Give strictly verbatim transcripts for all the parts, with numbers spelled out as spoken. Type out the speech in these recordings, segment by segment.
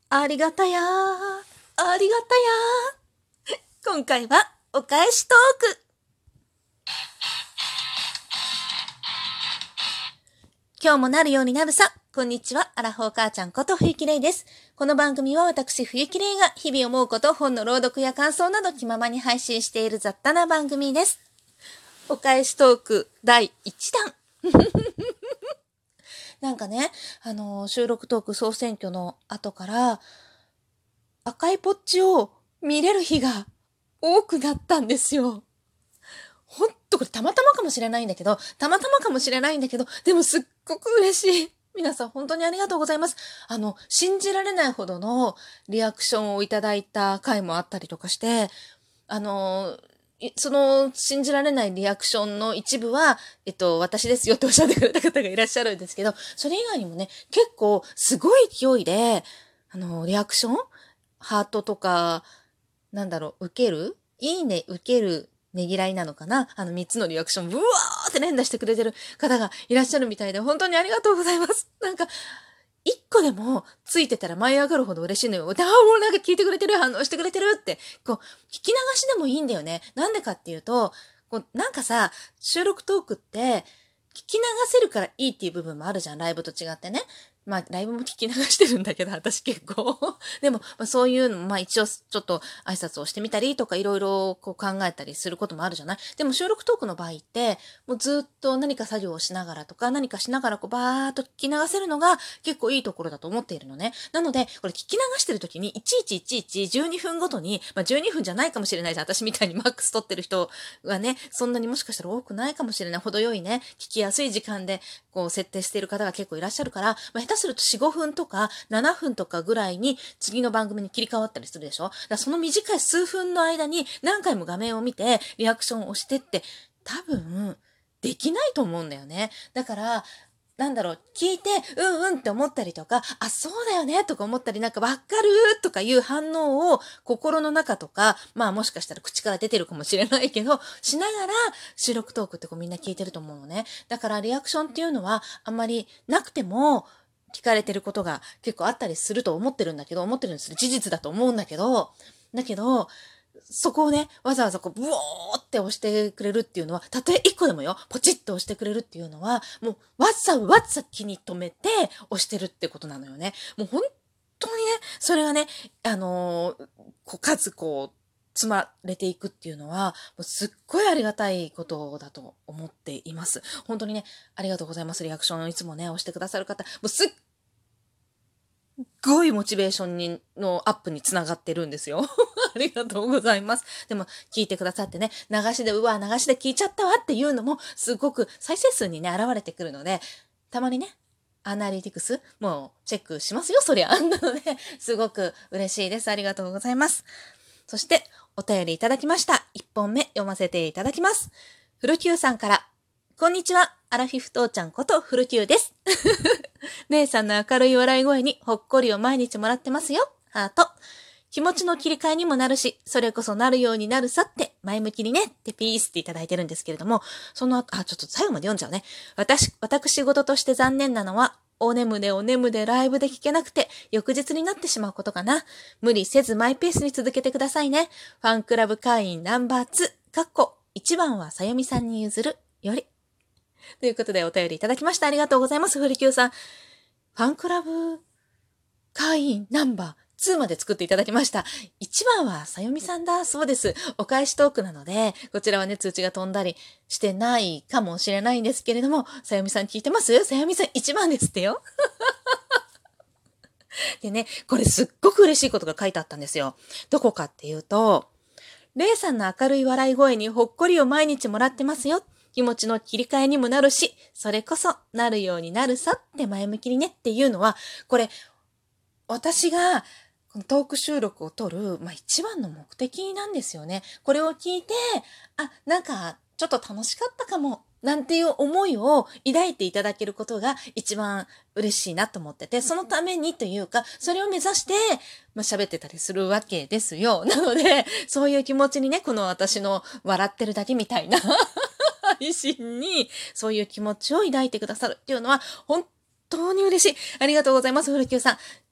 ありがたやー。ありがたやー。今回はお返しトーク。今日もなるようになるさ。こんにちは。アラフォー母ちゃんこと冬木玲です。この番組は私冬木玲が日々思うこと、本の朗読や感想など気ままに配信している雑多な番組です。お返しトークだいいちだん。なんかね、あのー、収録トーク総選挙の後から赤いポッチを見れる日が多くなったんですよ。ほんとこれたまたまかもしれないんだけど、たまたまかもしれないんだけど、でもすっごく嬉しい。皆さん本当にありがとうございます。あの、信じられないほどのリアクションをいただいた回もあったりとかして、あのー、その信じられないリアクションの一部は、えっと、私ですよっておっしゃってくれた方がいらっしゃるんですけど、それ以外にもね、結構すごい勢いで、あの、リアクションハートとか、なんだろう、受けるいいね、受ける、ねぎらいなのかなあのみっつのリアクション、ブワーって連打してくれてる方がいらっしゃるみたいで、本当にありがとうございます。なんか、一個でもついてたら舞い上がるほど嬉しいのよ。ああ、もうなんか聞いてくれてる、反応してくれてるって。こう、聞き流しでもいいんだよね。なんでかっていうと、こう、なんかさ、収録トークって、聞き流せるからいいっていう部分もあるじゃん。ライブと違ってね。まあ、ライブも聞き流してるんだけど、私結構。でも、まあ、そういうの、まあ一応ちょっと挨拶をしてみたりとかいろいろこう考えたりすることもあるじゃない。でも収録トークの場合って、もうずっと何か作業をしながらとか何かしながらこうバーっと聞き流せるのが結構いいところだと思っているのね。なので、これ聞き流してる時にいちいちいちいちじゅうにふんごとに、まあじゅうにふんじゃないかもしれないじゃん。私みたいにマックス撮ってる人はね、そんなにもしかしたら多くないかもしれない。程よいね、聞きやすい時間でこう設定している方が結構いらっしゃるから、まあ、下手するとよん、ごふんとかななふんとかぐらいに次の番組に切り替わったりするでしょ。だからその短い数分の間に何回も画面を見てリアクションをしてって多分できないと思うんだよね。だからなんだろう、聞いて、うんうんって思ったりとか、あ、そうだよねとか思ったり、なんかわかるとかいう反応を心の中とか、まあもしかしたら口から出てるかもしれないけど、しながら収録トークってこうみんな聞いてると思うのね。だからリアクションっていうのはあんまりなくても聞かれてることが結構あったりすると思ってるんだけど、思ってるんです。事実だと思うんだけど、だけど、そこをね、わざわざこう、ブオーって押してくれるっていうのは、たとえ一個でもよ、ポチッと押してくれるっていうのは、もう、わざわざ気に留めて押してるってことなのよね。もう本当にね、それがね、あのー、こう、数こう、積まれていくっていうのは、もうすっごいありがたいことだと思っています。本当にね、ありがとうございます。リアクションをいつもね、押してくださる方、もうすっごいモチベーションにのアップにつながってるんですよ。ありがとうございます。でも聞いてくださってね、流しで、うわ、流しで聞いちゃったわっていうのもすごく再生数にね、現れてくるので、たまにね、アナリティクスもうチェックしますよ、そりゃ。なので、すごく嬉しいです。ありがとうございます。そして、お便りいただきました。いっぽんめ読ませていただきます。フルキューさんから、こんにちは。アラフィフ父ちゃんことフルキューです。姉さんの明るい笑い声にほっこりを毎日もらってますよ。ハート。気持ちの切り替えにもなるし、それこそなるようになるさって前向きにねってピースっていただいてるんですけれども、その後、あ、ちょっと最後まで読んじゃうね。私、私事として残念なのは、お眠でお眠でライブで聞けなくて、翌日になってしまうことかな。無理せずマイペースに続けてくださいね。ファンクラブ会員ナンバーツー、かっこ、いちばんはさよみさんに譲る、より。ということでお便りいただきました。ありがとうございます。フリキューさん。ファンクラブ会員ナンバーツーまで作っていただきました。いちばんはさよみさんだ。そうです。お返しトークなので、こちらはね、通知が飛んだりしてないかもしれないんですけれども、さよみさん聞いてます？さよみさんいちばんですってよ。でね、これすっごく嬉しいことが書いてあったんですよ。どこかっていうと、レイさんの明るい笑い声にほっこりを毎日もらってますよ。気持ちの切り替えにもなるし、それこそなるようになるさって前向きにねっていうのは、これ、私がこのトーク収録を撮る、まあ、一番の目的なんですよね。これを聞いて、あ、なんかちょっと楽しかったかも、なんていう思いを抱いていただけることが一番嬉しいなと思ってて、そのためにというか、それを目指して、まあ、喋ってたりするわけですよ。なので、そういう気持ちにね、この私の笑ってるだけみたいな配信に、そういう気持ちを抱いてくださるっていうのは、本当に嬉しい。ありがとうございます、古久さん。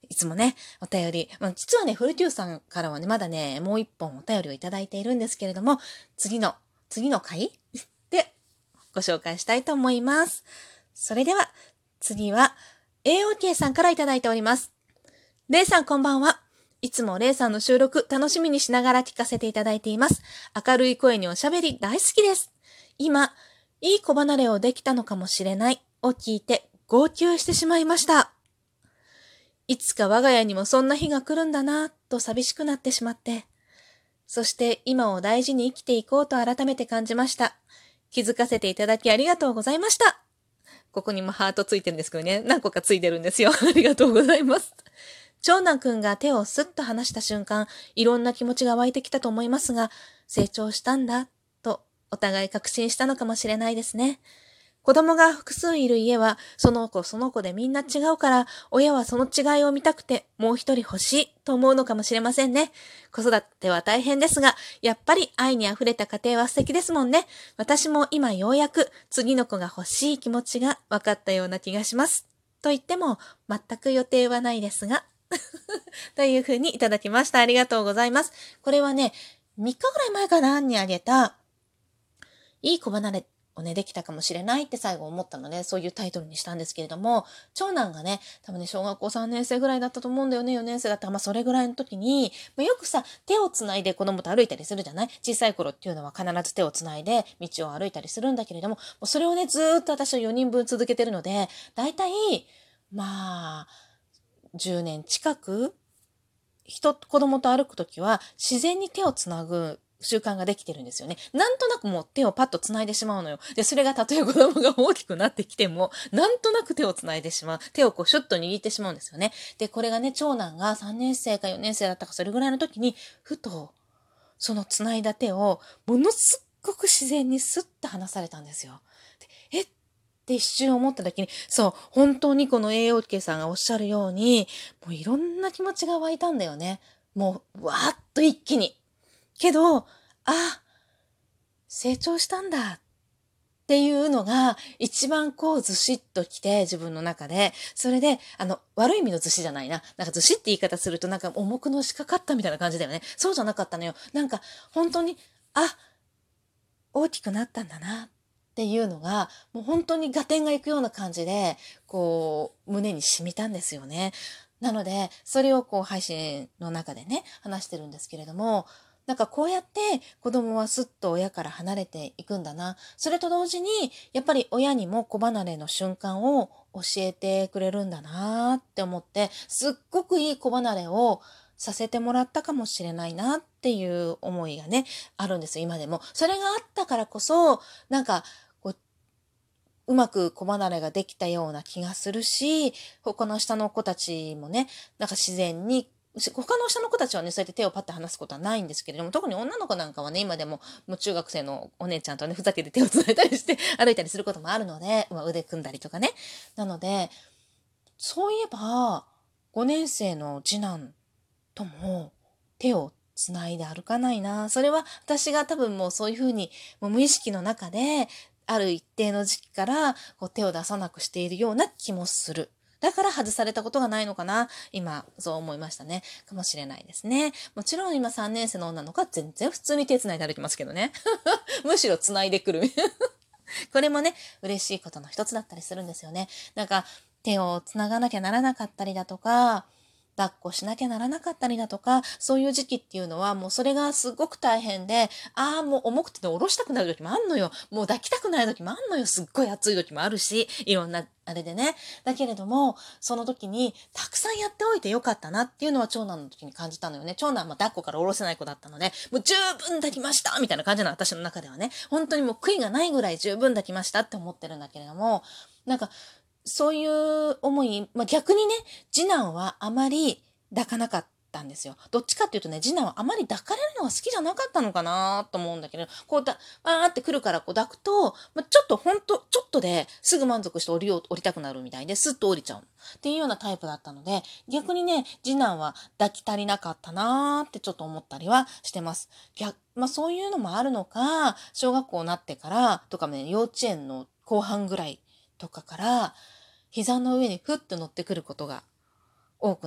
いつもね、お便り、まあ、実はね、フルテューさんからはね、まだね、もう一本お便りをいただいているんですけれども、次の、次の回でご紹介したいと思います。それでは、次は、エーオーケー さんからいただいております。レイさんこんばんは。いつもレイさんの収録楽しみにしながら聞かせていただいています。明るい声におしゃべり大好きです。今、いい子離れをできたのかもしれないを聞いて号泣してしまいました。いつか我が家にもそんな日が来るんだなぁと寂しくなってしまって。そして今を大事に生きていこうと改めて感じました。気づかせていただきありがとうございました。ここにもハートついてるんですけどね。何個かついてるんですよ。ありがとうございます。長男くんが手をスッと離した瞬間、いろんな気持ちが湧いてきたと思いますが、成長したんだ、とお互い確信したのかもしれないですね。子供が複数いる家は、その子その子でみんな違うから、親はその違いを見たくて、もう一人欲しいと思うのかもしれませんね。子育ては大変ですが、やっぱり愛に溢れた家庭は素敵ですもんね。私も今ようやく次の子が欲しい気持ちが分かったような気がします。と言っても、全く予定はないですが、というふうにいただきました。ありがとうございます。これはね、みっかぐらい前かなにあげた、いい子離れをね、できたかもしれないって最後思ったので、そういうタイトルにしたんですけれども、長男がね、多分ね、小学校さんねん生ぐらいだったと思うんだよね、よねん生だったら、まあそれぐらいの時に、まあ、よくさ、手をつないで子供と歩いたりするじゃない？小さい頃っていうのは必ず手をつないで道を歩いたりするんだけれども、もうそれをね、ずーっと私はよにんぶん続けてるので、だいたい、まあ、じゅうねん近く、人、子供と歩くときは自然に手をつなぐ習慣ができてるんですよね。なんとなくもう手をパッとつないでしまうのよ。で、それがたとえ子供が大きくなってきても、なんとなく手をつないでしまう。手をこうシュッと握ってしまうんですよね。で、これがね、長男がさんねん生かよねん生だったかそれぐらいの時に、ふと、そのつないだ手を、ものすっごく自然にスッと離されたんですよ。でえって一瞬思った時に、そう、本当にこの エーオーケー さんがおっしゃるように、もういろんな気持ちが湧いたんだよね。もう、わーっと一気に。けど、あ、成長したんだっていうのが一番こうずしっときて自分の中で、それで、あの、悪い意味のずしじゃないな。なんかずしって言い方するとなんか重くのしかかったみたいな感じだよね。そうじゃなかったのよ。なんか本当に、あ、大きくなったんだなっていうのが、もう本当に合点がいくような感じで、こう、胸に染みたんですよね。なので、それをこう配信の中でね、話してるんですけれども、なんかこうやって子供はすっと親から離れていくんだな。それと同時に、やっぱり親にも子離れの瞬間を教えてくれるんだなって思って、すっごくいい子離れをさせてもらったかもしれないなっていう思いがね、あるんですよ、今でも。それがあったからこそ、なんか、こう、うまく子離れができたような気がするし、他の下の子たちもね、なんか自然に、他の下の子たちはね、そうやって手をパッて離すことはないんですけれども、特に女の子なんかはね、今でも、もう中学生のお姉ちゃんとね、ふざけて手を繋いだりして歩いたりすることもあるので、まあ、腕組んだりとかね。なので、そういえば、ごねん生の次男とも手をつないで歩かないな。それは私が多分もうそういうふうにもう無意識の中である一定の時期からこう手を出さなくしているような気もする。だから外されたことがないのかな。今、そう思いましたね。かもしれないですね。もちろん今さんねん生の女の子は全然普通に手つないで歩きますけどね。むしろつないでくる。これもね、嬉しいことの一つだったりするんですよね。なんか、手をつながなきゃならなかったりだとか、抱っこしなきゃならなかったりだとか、そういう時期っていうのはもうそれがすごく大変で、ああ、もう重くてね、下ろしたくなる時もあんのよ。もう抱きたくない時もあんのよ。すっごい暑い時もあるし、いろんな、あれでね。だけれども、その時に、たくさんやっておいてよかったなっていうのは長男の時に感じたのよね。長男は抱っこから下ろせない子だったので、もう十分抱きましたみたいな感じなの、私の中ではね。本当にもう悔いがないぐらい十分抱きましたって思ってるんだけれども、なんか、そういう思い、まあ、逆にね、次男はあまり抱かなかったんですよ。どっちかっていうとね、次男はあまり抱かれるのが好きじゃなかったのかなと思うんだけど、こうだ、わーって来るからこう抱くと、まあ、ちょっとほんと、ちょっとですぐ満足して降りよう、降りたくなるみたいで、スッと降りちゃう。っていうようなタイプだったので、逆にね、次男は抱き足りなかったなーってちょっと思ったりはしてます。逆、まあそういうのもあるのか、小学校になってからとかね、幼稚園の後半ぐらいとかから、膝の上にふっと乗ってくることが多くなっ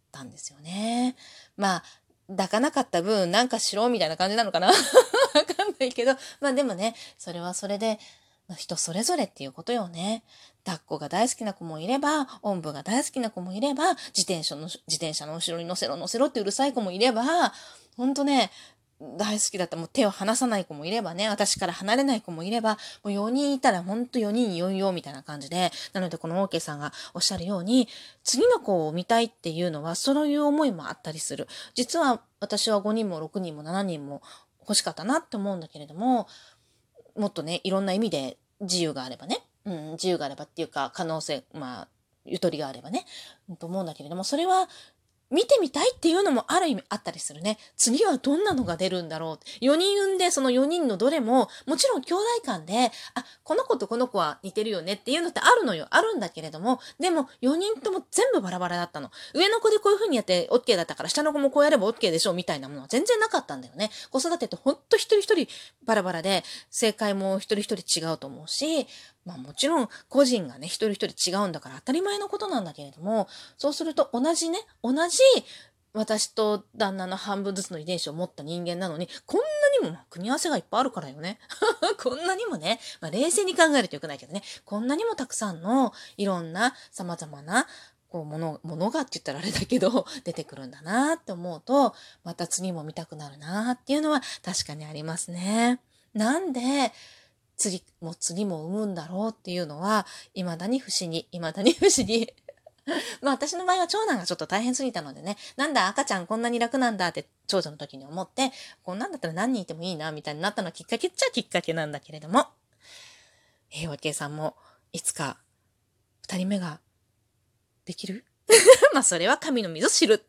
たんですよね。まあ、抱かなかった分なんかしろみたいな感じなのかなわかんないけど、まあでもね、それはそれで、まあ人それぞれっていうことよね。抱っこが大好きな子もいれば、おんぶが大好きな子もいれば、自転車の、自転車の後ろに乗せろ乗せろってうるさい子もいれば、ほんとね、大好きだったらもう手を離さない子もいればね、私から離れない子もいれば、もうよにんいたらほんとよにんよんよみたいな感じで、なのでこの OK さんがおっしゃるように、次の子を見たいっていうのはそういう思いもあったりする。実は私はごにんもろくにんもしちにんも欲しかったなって思うんだけれども、もっとね、いろんな意味で自由があればね、うん、自由があればっていうか可能性、まあ、ゆとりがあればね、と思うんだけれども、それは見てみたいっていうのもある意味あったりするね。次はどんなのが出るんだろう。よにん産んで、そのよにんのどれも、もちろん兄弟間で、あ、この子とこの子は似てるよねっていうのってあるのよ。あるんだけれども、でもよにんとも全部バラバラだったの。上の子でこういう風にやって OK だったから、下の子もこうやれば OK でしょみたいなものは全然なかったんだよね。子育てってほんと一人一人バラバラで、正解も一人一人違うと思うし、まあもちろん個人がね、一人一人違うんだから当たり前のことなんだけれども、そうすると同じね、同じ私と旦那の半分ずつの遺伝子を持った人間なのに、こんなにも組み合わせがいっぱいあるからよね。こんなにもね、まあ、冷静に考えるとよくないけどね、こんなにもたくさんのいろんな様々なこうもの、ものがって言ったらあれだけど、出てくるんだなって思うと、また次も見たくなるなっていうのは確かにありますね。なんで、次も次も産むんだろうっていうのは、未だに不思議、未だに不思議。まあ私の場合は長男がちょっと大変すぎたのでね、なんだ赤ちゃんこんなに楽なんだって長女の時に思って、こんなんだったら何人いてもいいなみたいになったのはきっかけっちゃきっかけなんだけれども、平和系さんもいつか二人目ができるまあそれは神の水知る